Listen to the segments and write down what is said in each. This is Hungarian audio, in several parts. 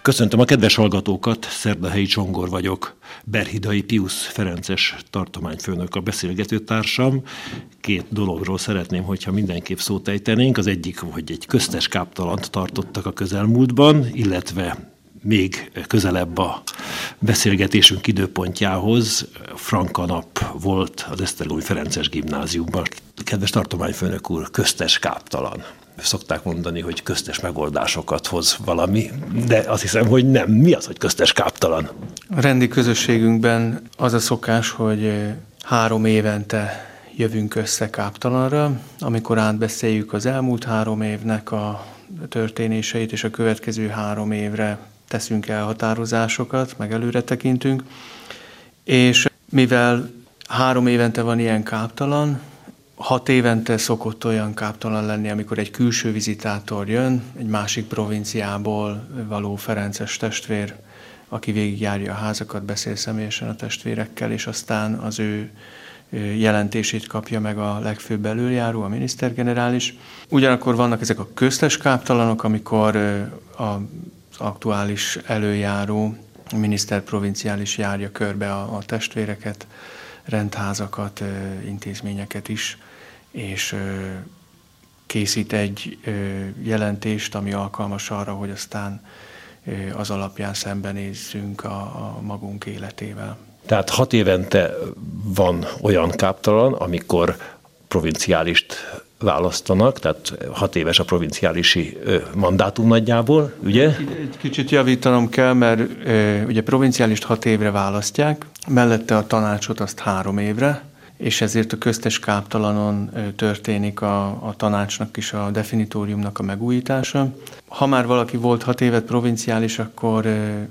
Köszöntöm a kedves hallgatókat, Szerdahelyi Csongor vagyok, Berhidai Piusz ferences tartományfőnök a beszélgetőtársam. Két dologról szeretném, hogyha mindenképp szót ejtenénk. Az egyik, hogy egy köztes káptalant tartottak a közelmúltban, illetve még közelebb a beszélgetésünk időpontjához Franka nap volt az Esztergomi Ferences Gimnáziumban. Kedves tartományfőnök úr, köztes káptalan. Szokták mondani, hogy köztes megoldásokat hoz valami, de azt hiszem, hogy nem. Mi az, hogy köztes káptalan? A rendi közösségünkben az a szokás, hogy 3 évente jövünk össze káptalanra, amikor átbeszéljük az elmúlt 3 évnek a történéseit, és a következő 3 évre teszünk elhatározásokat, meg előre tekintünk. És mivel 3 évente van ilyen káptalan, 6 évente szokott olyan káptalan lenni, amikor egy külső vizitátor jön, egy másik provinciából való ferences testvér, aki végigjárja a házakat, beszél személyesen a testvérekkel, és aztán az ő jelentését kapja meg a legfőbb előjáró, a minisztergenerális. Ugyanakkor vannak ezek a köztes káptalanok, amikor az aktuális előjáró, a miniszter provinciális járja körbe a testvéreket, rendházakat, intézményeket is, és készít egy jelentést, ami alkalmas arra, hogy aztán az alapján szembenézzünk a magunk életével. Tehát 6 évente van olyan káptalan, amikor provinciálist választanak, tehát 6 éves a provinciálisi mandátum nagyjából, ugye? Egy kicsit javítanom kell, mert ugye provinciálist 6 évre választják, mellette a tanácsot azt 3 évre, és ezért a köztes káptalanon történik a tanácsnak is, a definitóriumnak a megújítása. Ha már valaki volt 6 évet provinciális, akkor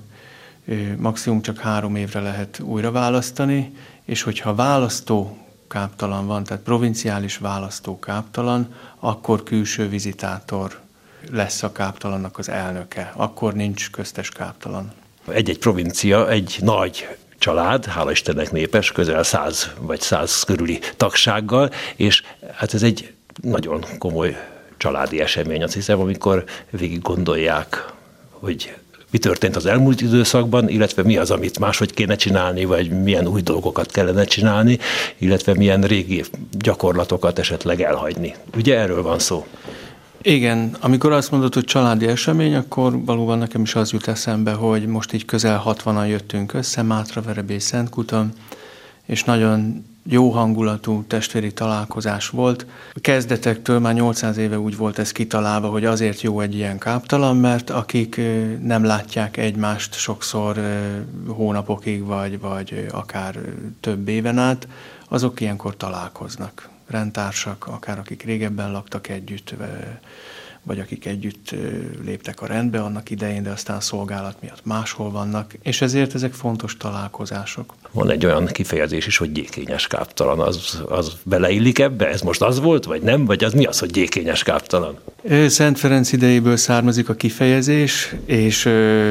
maximum csak 3 évre lehet újra választani, és hogyha választó káptalan van, tehát provinciális választó káptalan, akkor külső vizitátor lesz a káptalannak az elnöke. Akkor nincs köztes káptalan. Egy-egy provincia, egy nagy család, hála Istennek népes, közel 100 vagy 100 körüli tagsággal, és hát ez egy nagyon komoly családi esemény, azt hiszem, amikor végig gondolják, hogy mi történt az elmúlt időszakban, illetve mi az, amit máshogy kéne csinálni, vagy milyen új dolgokat kellene csinálni, illetve milyen régi gyakorlatokat esetleg elhagyni. Ugye erről van szó? Igen, amikor azt mondod, hogy családi esemény, akkor valóban nekem is az jut eszembe, hogy most így közel 60-an jöttünk össze, Mátraverebély Szentkuton, és nagyon jó hangulatú testvéri találkozás volt. A kezdetektől már 800 éve úgy volt ez kitalálva, hogy azért jó egy ilyen káptalan, mert akik nem látják egymást sokszor hónapokig, vagy akár több éven át, azok ilyenkor találkoznak. Rendtársak, akár akik régebben laktak együtt, vagy akik együtt léptek a rendbe annak idején, de aztán szolgálat miatt máshol vannak, és ezért ezek fontos találkozások. Van egy olyan kifejezés is, hogy gyékényes káptalan, az beleillik ebbe? Ez most az volt, vagy nem? Vagy az mi az, hogy gyékényes káptalan? Szent Ferenc idejéből származik a kifejezés, és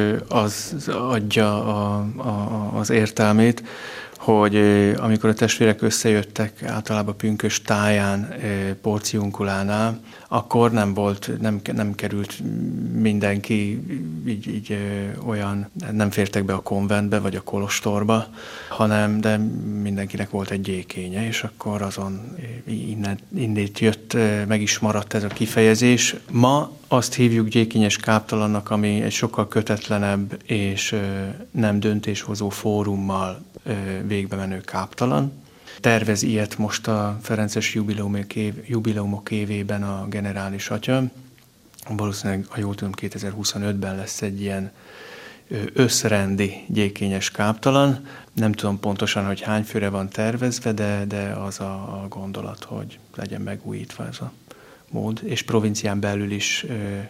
az adja az értelmét, hogy amikor a testvérek összejöttek általában pünkösd táján, porciunkulánál, akkor nem került mindenki így olyan, nem fértek be a konventbe vagy a kolostorba, de mindenkinek volt egy gyékénye, és akkor azon innét jött, meg is maradt ez a kifejezés. Ma azt hívjuk gyékényes káptalannak, ami egy sokkal kötetlenebb és nem döntéshozó fórummal végbe menő káptalan. Tervez ilyet most a ferences jubileumok évében a generális atya. Valószínűleg, ha jól tudom, 2025-ben lesz egy ilyen összrendi gyékényes káptalan. Nem tudom pontosan, hogy hány főre van tervezve, de az a gondolat, hogy legyen megújítva ez a mód. És provincián belül is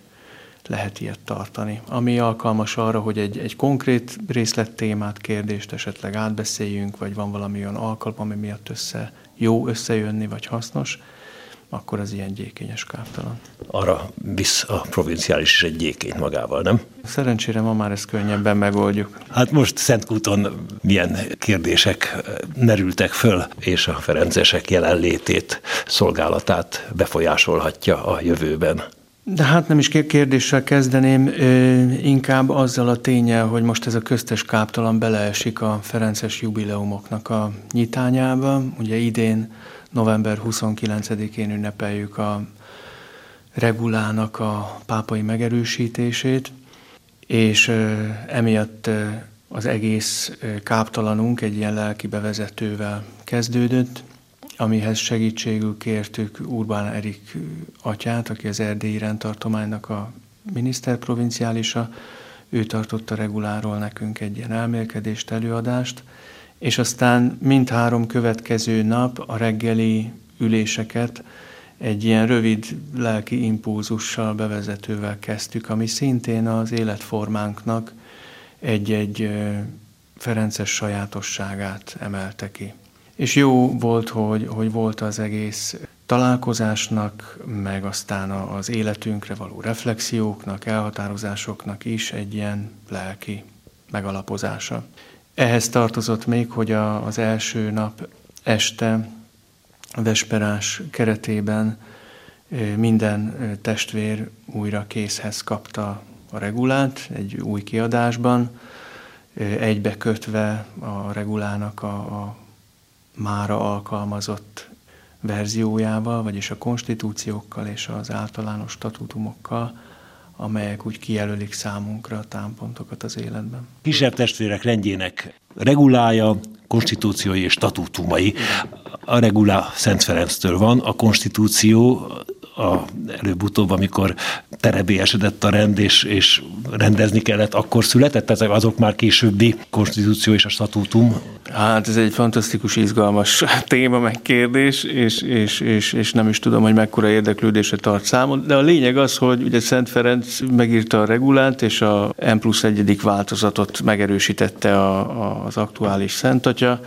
lehet ilyet tartani. Ami alkalmas arra, hogy egy konkrét részlettémát, kérdést esetleg átbeszéljünk, vagy van valami olyan alkalom, ami miatt jó összejönni, vagy hasznos, akkor az ilyen gyékényes káptalan. Arra visz a provinciális is egy gyékényt magával, nem? Szerencsére ma már ezt könnyebben megoldjuk. Hát most Szentkúton milyen kérdések merültek föl, és a ferencesek jelenlétét, szolgálatát befolyásolhatja a jövőben? De hát nem is kérdéssel kezdeném, inkább azzal a tényel, hogy most ez a köztes káptalan beleesik a ferences jubileumoknak a nyitányába. Ugye idén november 29-én ünnepeljük a regulának a pápai megerősítését, és emiatt az egész káptalanunk egy ilyen lelki bevezetővel kezdődött, amihez segítségül kértük Urbán Erik atyát, aki az erdélyi rendtartománynak a miniszterprovinciálisa. Ő tartotta reguláról nekünk egy ilyen elmélkedést, előadást, és aztán mindhárom következő nap a reggeli üléseket egy ilyen rövid lelki impulzussal, bevezetővel kezdtük, ami szintén az életformánknak egy-egy ferences sajátosságát emelte ki. És jó volt, hogy volt az egész találkozásnak, meg aztán az életünkre való reflexióknak, elhatározásoknak is egy ilyen lelki megalapozása. Ehhez tartozott még, hogy az első nap este vesperás keretében minden testvér újra kézhez kapta a regulát egy új kiadásban, egybekötve a regulának a mára alkalmazott verziójával, vagyis a konstitúciókkal és az általános statútumokkal, amelyek úgy kijelölik számunkra a támpontokat az életben. Kisebb testvérek rendjének regulája, konstitúciói és statútumai. A regula Szent Ferenctől van, a konstitúció előbb-utóbb, amikor terebé esedett a rend, és rendezni kellett, akkor született, ezek azok már későbbi konstitúció és a statútum? Hát ez egy fantasztikus, izgalmas téma, meg kérdés, és nem is tudom, hogy mekkora érdeklődésre tart számon, de a lényeg az, hogy ugye Szent Ferenc megírta a regulát, és a M+1. Változatot megerősítette az aktuális Szent Atya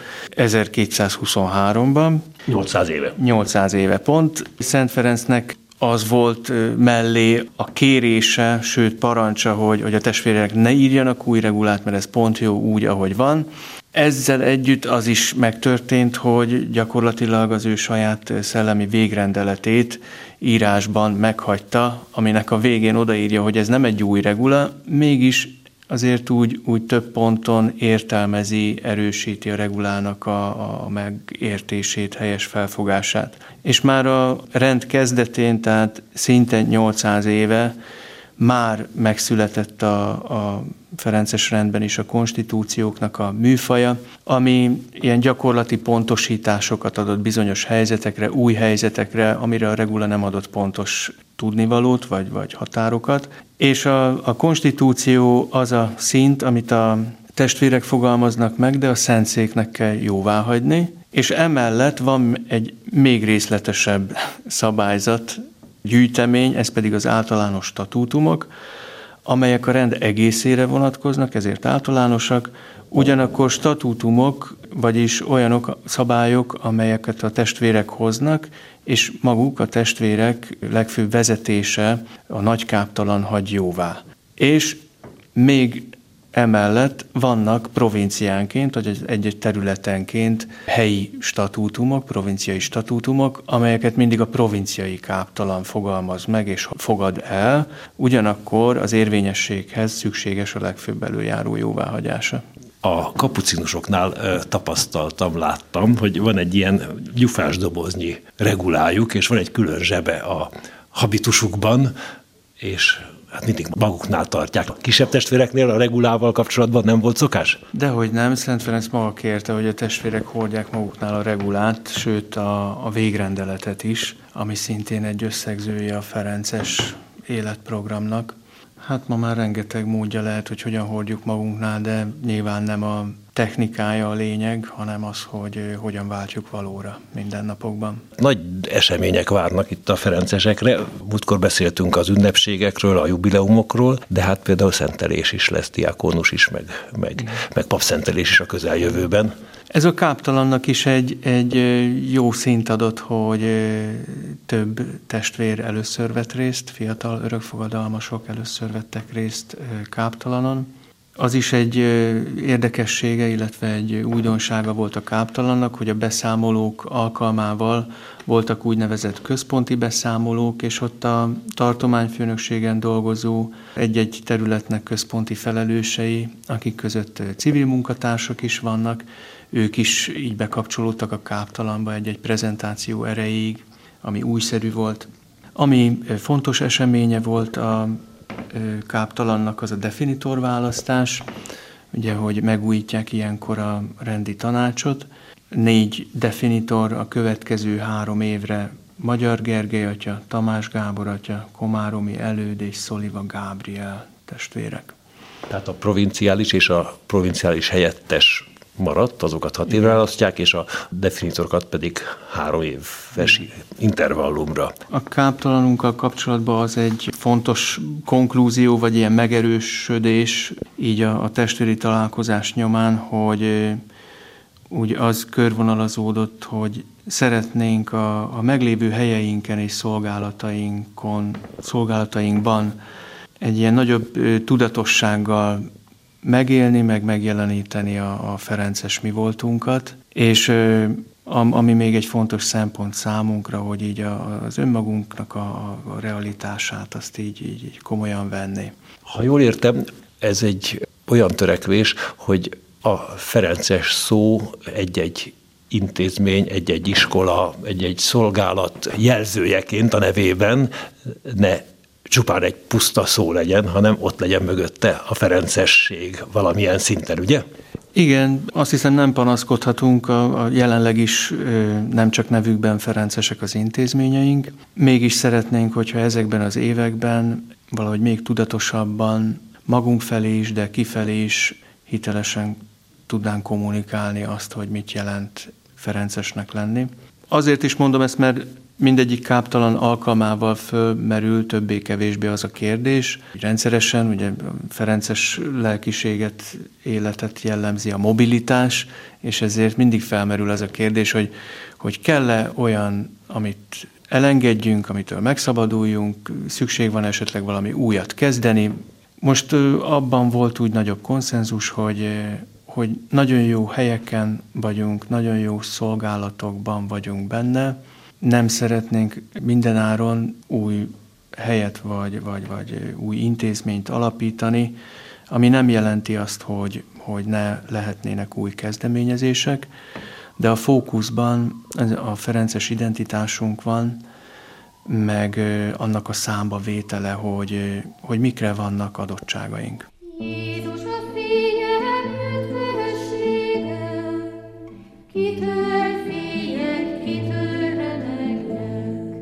1223-ban. 800 éve. 800 éve pont. Szent Ferencnek az volt mellé a kérése, sőt parancsa, hogy a testvérek ne írjanak új regulát, mert ez pont jó úgy, ahogy van. Ezzel együtt az is megtörtént, hogy gyakorlatilag az ő saját szellemi végrendeletét írásban meghagyta, aminek a végén odaírja, hogy ez nem egy új regula, mégis azért úgy több ponton értelmezi, erősíti a regulának a megértését, helyes felfogását. És már a rend kezdetén, tehát szinte 800 éve már megszületett a ferences rendben is a konstitúcióknak a műfaja, ami ilyen gyakorlati pontosításokat adott bizonyos helyzetekre, új helyzetekre, amire a regula nem adott pontos tudnivalót vagy határokat. És a konstitúció az a szint, amit a testvérek fogalmaznak meg, de a Szentszéknek kell jóváhagyni, és emellett van egy még részletesebb szabályzat, gyűjtemény, ez pedig az általános statútumok, amelyek a rend egészére vonatkoznak, ezért általánosak, ugyanakkor statútumok, vagyis olyanok szabályok, amelyeket a testvérek hoznak, és maguk a testvérek legfőbb vezetése a nagykáptalan hagy jóvá. És még emellett vannak provinciánként, vagy egy-egy területenként helyi statútumok, provinciai statútumok, amelyeket mindig a provinciai káptalan fogalmaz meg és fogad el, ugyanakkor az érvényességhez szükséges a legfőbb előjáró jóváhagyása. A kapucinusoknál tapasztaltam, láttam, hogy van egy ilyen gyufás doboznyi regulájuk, és van egy külön zsebe a habitusukban, és hát mindig maguknál tartják. A kisebb testvéreknél a regulával kapcsolatban nem volt szokás? Dehogy nem, Szent Ferenc maga kérte, hogy a testvérek hordják maguknál a regulát, sőt a végrendeletet is, ami szintén egy összegzője a ferences életprogramnak. Hát ma már rengeteg módja lehet, hogy hogyan hordjuk magunknál, de nyilván nem a technikája a lényeg, hanem az, hogy hogyan váltjuk valóra mindennapokban. Nagy események várnak itt a ferencesekre. Múltkor beszéltünk az ünnepségekről, a jubileumokról, de hát például szentelés is lesz, diákonus is, meg papszentelés is a közeljövőben. Ez a káptalannak is egy jó szint adott, hogy több testvér először vett részt, fiatal örökfogadalmasok először vettek részt káptalanon. Az is egy érdekessége, illetve egy újdonsága volt a káptalannak, hogy a beszámolók alkalmával voltak úgynevezett központi beszámolók, és ott a tartományfőnökségen dolgozó egy-egy területnek központi felelősei, akik között civil munkatársak is vannak, ők is így bekapcsolódtak a káptalanba egy-egy prezentáció erejéig, ami újszerű volt. Ami fontos eseménye volt a káptalannak, az a definitorválasztás, ugye, hogy megújítják ilyenkor a rendi tanácsot. 4 definitor a következő 3 évre: Magyar Gergely atya, Tamás Gábor atya, Komáromi Előd és Szoliva Gábriel testvérek. Tehát a provinciális és a provinciális helyettes maradt, azokat 6 évre választják, és a definitorokat pedig 3 éves intervallumra. A káptalanunkkal kapcsolatban az egy fontos konklúzió, vagy ilyen megerősödés így a testvéri találkozás nyomán, hogy úgy az körvonalazódott, hogy szeretnénk a meglévő helyeinken és szolgálatainkban egy ilyen nagyobb tudatossággal megélni, meg megjeleníteni a ferences mi voltunkat, és ami még egy fontos szempont számunkra, hogy így az önmagunknak a realitását azt így komolyan venni. Ha jól értem, ez egy olyan törekvés, hogy a ferences szó egy-egy intézmény, egy-egy iskola, egy-egy szolgálat jelzőjeként a nevében ne csupán egy puszta szó legyen, hanem ott legyen mögötte a ferencesség valamilyen szinten, ugye? Igen, azt hiszem nem panaszkodhatunk, a jelenleg is nem csak nevükben ferencesek az intézményeink. Mégis szeretnénk, hogyha ezekben az években valahogy még tudatosabban magunk felé is, de kifelé is hitelesen tudnánk kommunikálni azt, hogy mit jelent ferencesnek lenni. Azért is mondom ezt, mert mindegyik káptalan alkalmával fölmerül többé-kevésbé az a kérdés. Rendszeresen ugye ferences lelkiséget, életet jellemzi a mobilitás, és ezért mindig felmerül az a kérdés, hogy kell-e olyan, amit elengedjünk, amitől megszabaduljunk, szükség van esetleg valami újat kezdeni. Most abban volt úgy nagyobb konszenzus, hogy nagyon jó helyeken vagyunk, nagyon jó szolgálatokban vagyunk benne. Nem szeretnénk mindenáron új helyet vagy új intézményt alapítani, ami nem jelenti azt, hogy ne lehetnének új kezdeményezések, de a fókuszban a ferences identitásunk van, meg annak a számba vétele, hogy mikre vannak adottságaink. Jézus a fényem üdvössége, kitől féljek, kitől remegjek.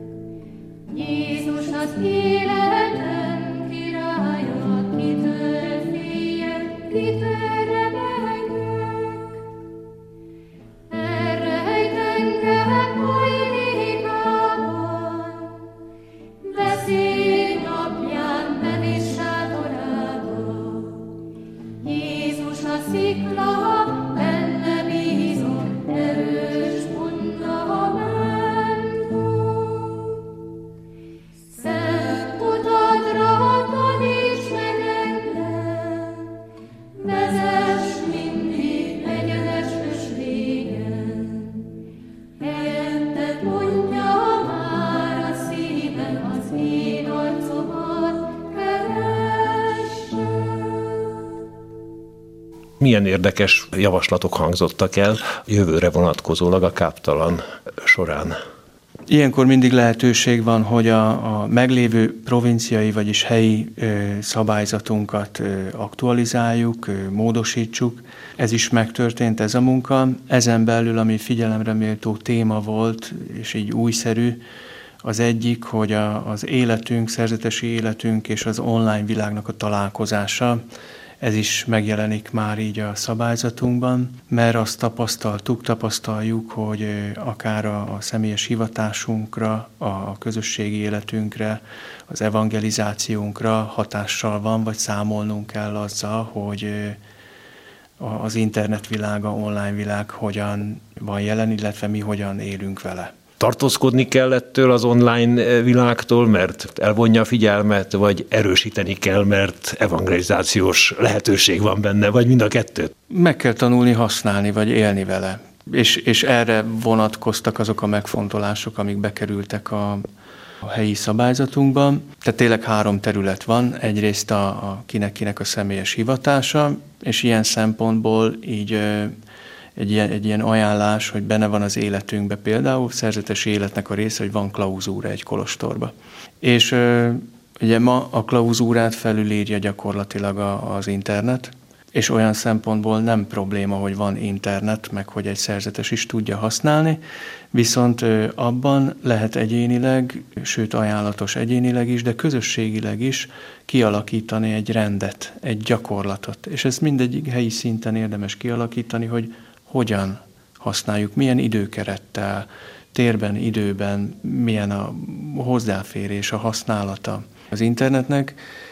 Jézus az életem királya, kitől féljek, kitől remegjek. Elrejt engem hajlékában, beszél napján bevés sátorában. Jézus a szikla, benne bízom, erős fundamentum. Szent utadra taníts meg engem, vezess mindig egyenes ösvényen. Helyetted mondja már a szívem, az én arcomat keresse. Milyen érdekes javaslatok hangzottak el jövőre vonatkozólag a káptalan során? Ilyenkor mindig lehetőség van, hogy a meglévő provinciai, vagyis helyi szabályzatunkat aktualizáljuk, módosítsuk. Ez is megtörtént, ez a munka. Ezen belül, ami figyelemre méltó téma volt, és így újszerű, az egyik, hogy az életünk, szerzetesi életünk és az online világnak a találkozása, ez is megjelenik már így a szabályzatunkban, mert azt tapasztaljuk, hogy akár a személyes hivatásunkra, a közösségi életünkre, az evangelizációnkra hatással van, vagy számolnunk kell azzal, hogy az internetvilága, online világ hogyan van jelen, illetve mi hogyan élünk vele. tartózkodni kell ettől az online világtól, mert elvonja a figyelmet, vagy erősíteni kell, mert evangelizációs lehetőség van benne, vagy mind a kettőt? Meg kell tanulni használni, vagy élni vele. És erre vonatkoztak azok a megfontolások, amik bekerültek a helyi szabályzatunkban. Tehát tényleg 3 terület van. Egyrészt a kinek a személyes hivatása, és ilyen szempontból így egy ilyen ajánlás, hogy benne van az életünkbe például, szerzetes életnek a része, hogy van klauzúra egy kolostorba. És ugye ma a klauzúrát felülírja gyakorlatilag az internet, és olyan szempontból nem probléma, hogy van internet, meg hogy egy szerzetes is tudja használni, viszont abban lehet egyénileg, sőt ajánlatos egyénileg is, de közösségileg is kialakítani egy rendet, egy gyakorlatot. És ezt mindegyik helyi szinten érdemes kialakítani, hogy hogyan használjuk, milyen időkerettel, térben, időben, milyen a hozzáférés, a használata az internetnek.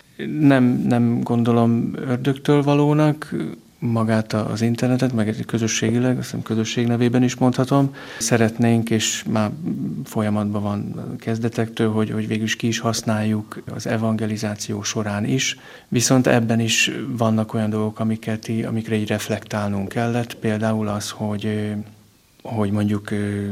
Nem gondolom ördögtől valónak magát az internetet, meg közösségileg, azt hiszem közösség nevében is mondhatom. Szeretnénk, és már folyamatban van kezdetektől, hogy végül is ki is használjuk az evangelizáció során is. Viszont ebben is vannak olyan dolgok, amikre így reflektálnunk kellett. Például az, hogy mondjuk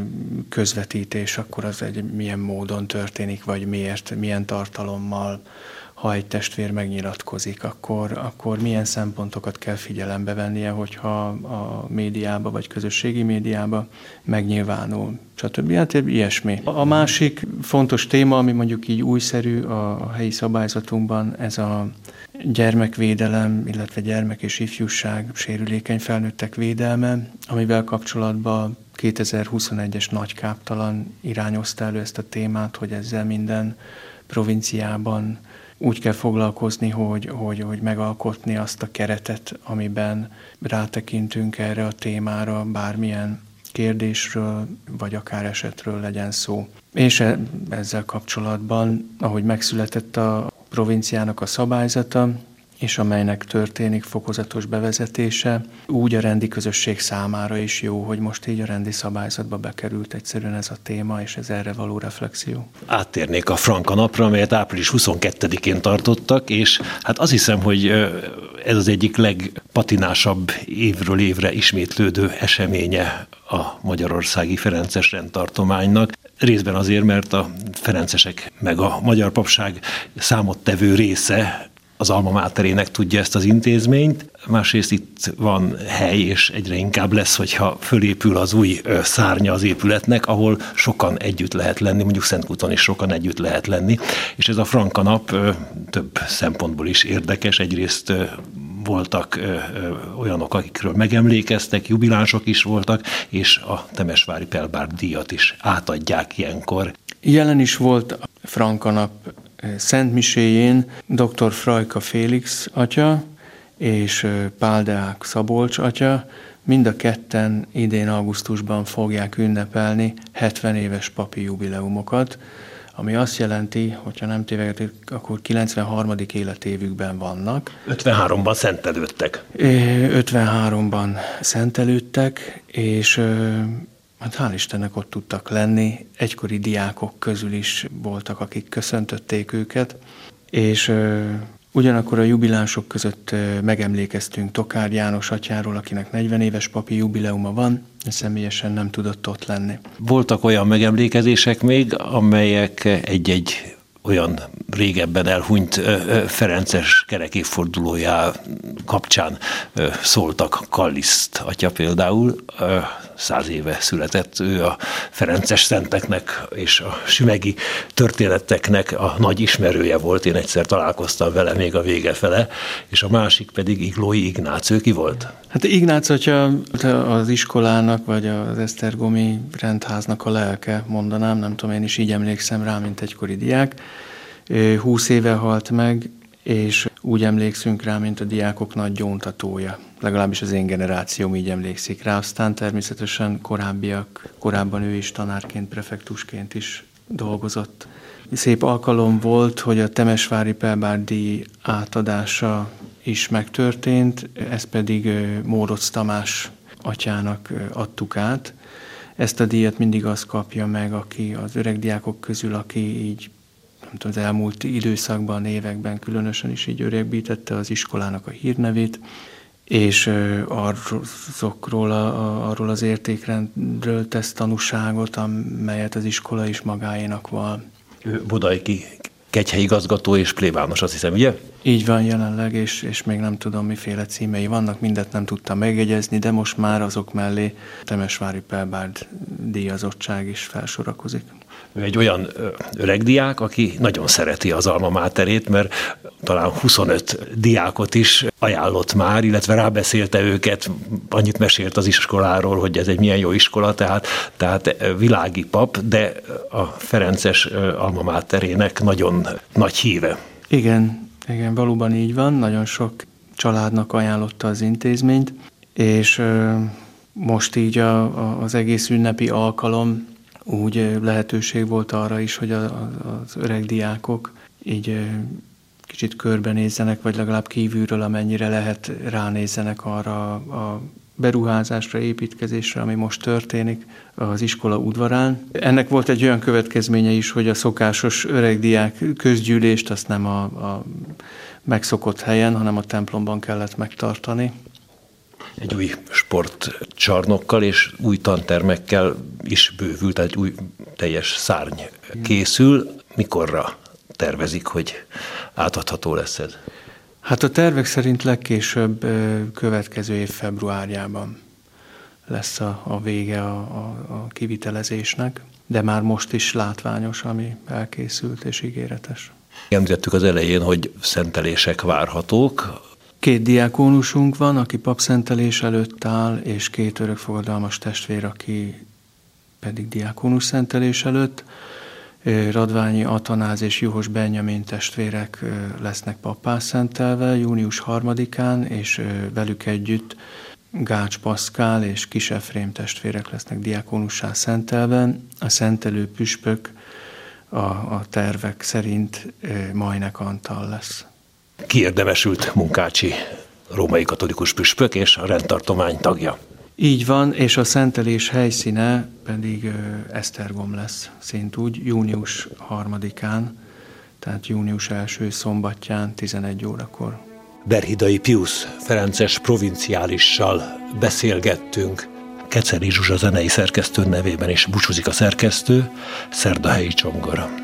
közvetítés, akkor az milyen módon történik, vagy miért, milyen tartalommal. Ha egy testvér megnyilatkozik, akkor milyen szempontokat kell figyelembe vennie, hogyha a médiába vagy közösségi médiába megnyilvánul, stb. Hát ilyesmi. A másik fontos téma, ami mondjuk így újszerű a helyi szabályzatunkban, ez a gyermekvédelem, illetve gyermek és ifjúság, sérülékeny felnőttek védelme, amivel kapcsolatban 2021-es nagykáptalan irányozta elő ezt a témát, hogy ezzel minden provinciában úgy kell foglalkozni, hogy megalkotni azt a keretet, amiben rátekintünk erre a témára, bármilyen kérdésről, vagy akár esetről legyen szó. És ezzel kapcsolatban, ahogy megszületett a provinciának a szabályzata, és amelynek történik fokozatos bevezetése, úgy a rendi közösség számára is jó, hogy most így a rendi szabályzatba bekerült egyszerűen ez a téma, és ez erre való reflexió. Áttérnék a Franka napra, amelyet április 22-én tartottak, és hát azt hiszem, hogy ez az egyik legpatinásabb évről évre ismétlődő eseménye a magyarországi ferences rendtartománynak. Részben azért, mert a ferencesek meg a magyar papság számottevő része az alma máterének tudja ezt az intézményt. Másrészt itt van hely, és egyre inkább lesz, hogyha fölépül az új szárnya az épületnek, ahol sokan együtt lehet lenni, mondjuk Szentkúton is sokan együtt lehet lenni. És ez a Franka nap több szempontból is érdekes. Egyrészt voltak olyanok, akikről megemlékeztek, jubilánsok is voltak, és a Temesvári Pelbárd díjat is átadják ilyenkor. Jelen is volt a Franka nap szentmiséjén dr. Frajka Félix atya és Pál Deák Szabolcs atya, mind a ketten idén augusztusban fogják ünnepelni 70 éves papi jubileumokat, ami azt jelenti, hogyha nem tévedek, akkor 93. életévükben vannak. 53-ban szentelődtek. 53-ban szentelődtek, és hát hál' Istennek ott tudtak lenni. Egykori diákok közül is voltak, akik köszöntötték őket, és ugyanakkor a jubilánsok között megemlékeztünk Tokár János atyáról, akinek 40 éves papi jubileuma van, személyesen nem tudott ott lenni. Voltak olyan megemlékezések még, amelyek egy-egy olyan régebben elhunyt ferences kerekévfordulójá kapcsán szóltak. Kalliszt atya például 100 éve született, ő a ferences szenteknek és a sümegi történeteknek a nagy ismerője volt, én egyszer találkoztam vele még a vége fele, és a másik pedig Iglói Ignác, ő ki volt? Hát Ignác atya az iskolának, vagy az esztergomi rendháznak a lelke, mondanám, nem tudom, én is így emlékszem rá, mint egykori diák. 20 éve halt meg, és úgy emlékszünk rá, mint a diákok nagy gyóntatója. Legalábbis az én generációm így emlékszik rá. Aztán természetesen korábban ő is tanárként, prefektusként is dolgozott. Szép alkalom volt, hogy a Temesvári Pelbárd díj átadása is megtörtént, ezt pedig Mórocz Tamás atyának adtuk át, ezt a díjat mindig az kapja meg, aki az öreg diákok közül, aki így nem tudom, az elmúlt időszakban, években különösen is így öregbítette az iskolának a hírnevét, és arról az értékrendről tesz tanúságot, amelyet az iskola is magáénak val. Budai kegyhelyigazgató és plébános, azt hiszem, ugye? Így van jelenleg, és még nem tudom, miféle címei vannak, mindet nem tudtam megjegyezni, de most már azok mellé Temesvári Pelbárd díjazottság is felsorakozik. Ő egy olyan öregdiák, aki nagyon szereti az alma máterét, mert talán 25 diákot is ajánlott már, illetve rábeszélte őket, annyit mesélt az iskoláról, hogy ez egy milyen jó iskola, tehát világi pap, de a ferences alma máterének nagyon nagy híve. Igen, valóban így van, nagyon sok családnak ajánlotta az intézményt, és most így az egész ünnepi alkalom úgy lehetőség volt arra is, hogy az öreg diákok így kicsit körbenézzenek, vagy legalább kívülről, amennyire lehet, ránézzenek arra a beruházásra, építkezésre, ami most történik az iskola udvarán. Ennek volt egy olyan következménye is, hogy a szokásos öregdiák közgyűlést azt nem a megszokott helyen, hanem a templomban kellett megtartani. Egy új sportcsarnokkal és új tantermekkel is bővült, egy új teljes szárny készül. Mikorra tervezik, hogy átadható lesz ez? Hát a tervek szerint legkésőbb következő év februárjában lesz a vége a kivitelezésnek, de már most is látványos, ami elkészült és ígéretes. Említettük az elején, hogy szentelések várhatók. 2 diákónusunk van, aki papszentelés előtt áll, és 2 örökfogadalmas testvér, aki pedig diákónus szentelés előtt. Radványi Atanáz és Juhos Benjamin testvérek lesznek pappá szentelve június 3-án, és velük együtt Gács Paszkál és Kis Efrém testvérek lesznek diákónussá szentelve. A szentelő püspök a tervek szerint Majnek Antal lesz. Kiérdemesült munkácsi római katolikus püspök és a rendtartomány tagja. Így van, és a szentelés helyszíne pedig Esztergom lesz, szintúgy június 3-án, tehát június első szombatján 11 órakor. Berhidai Piusz ferences provinciálissal beszélgettünk. Keceli Zsuzsa zenei szerkesztő nevében is búcsúzik a szerkesztő, Szerdahelyi Csongor.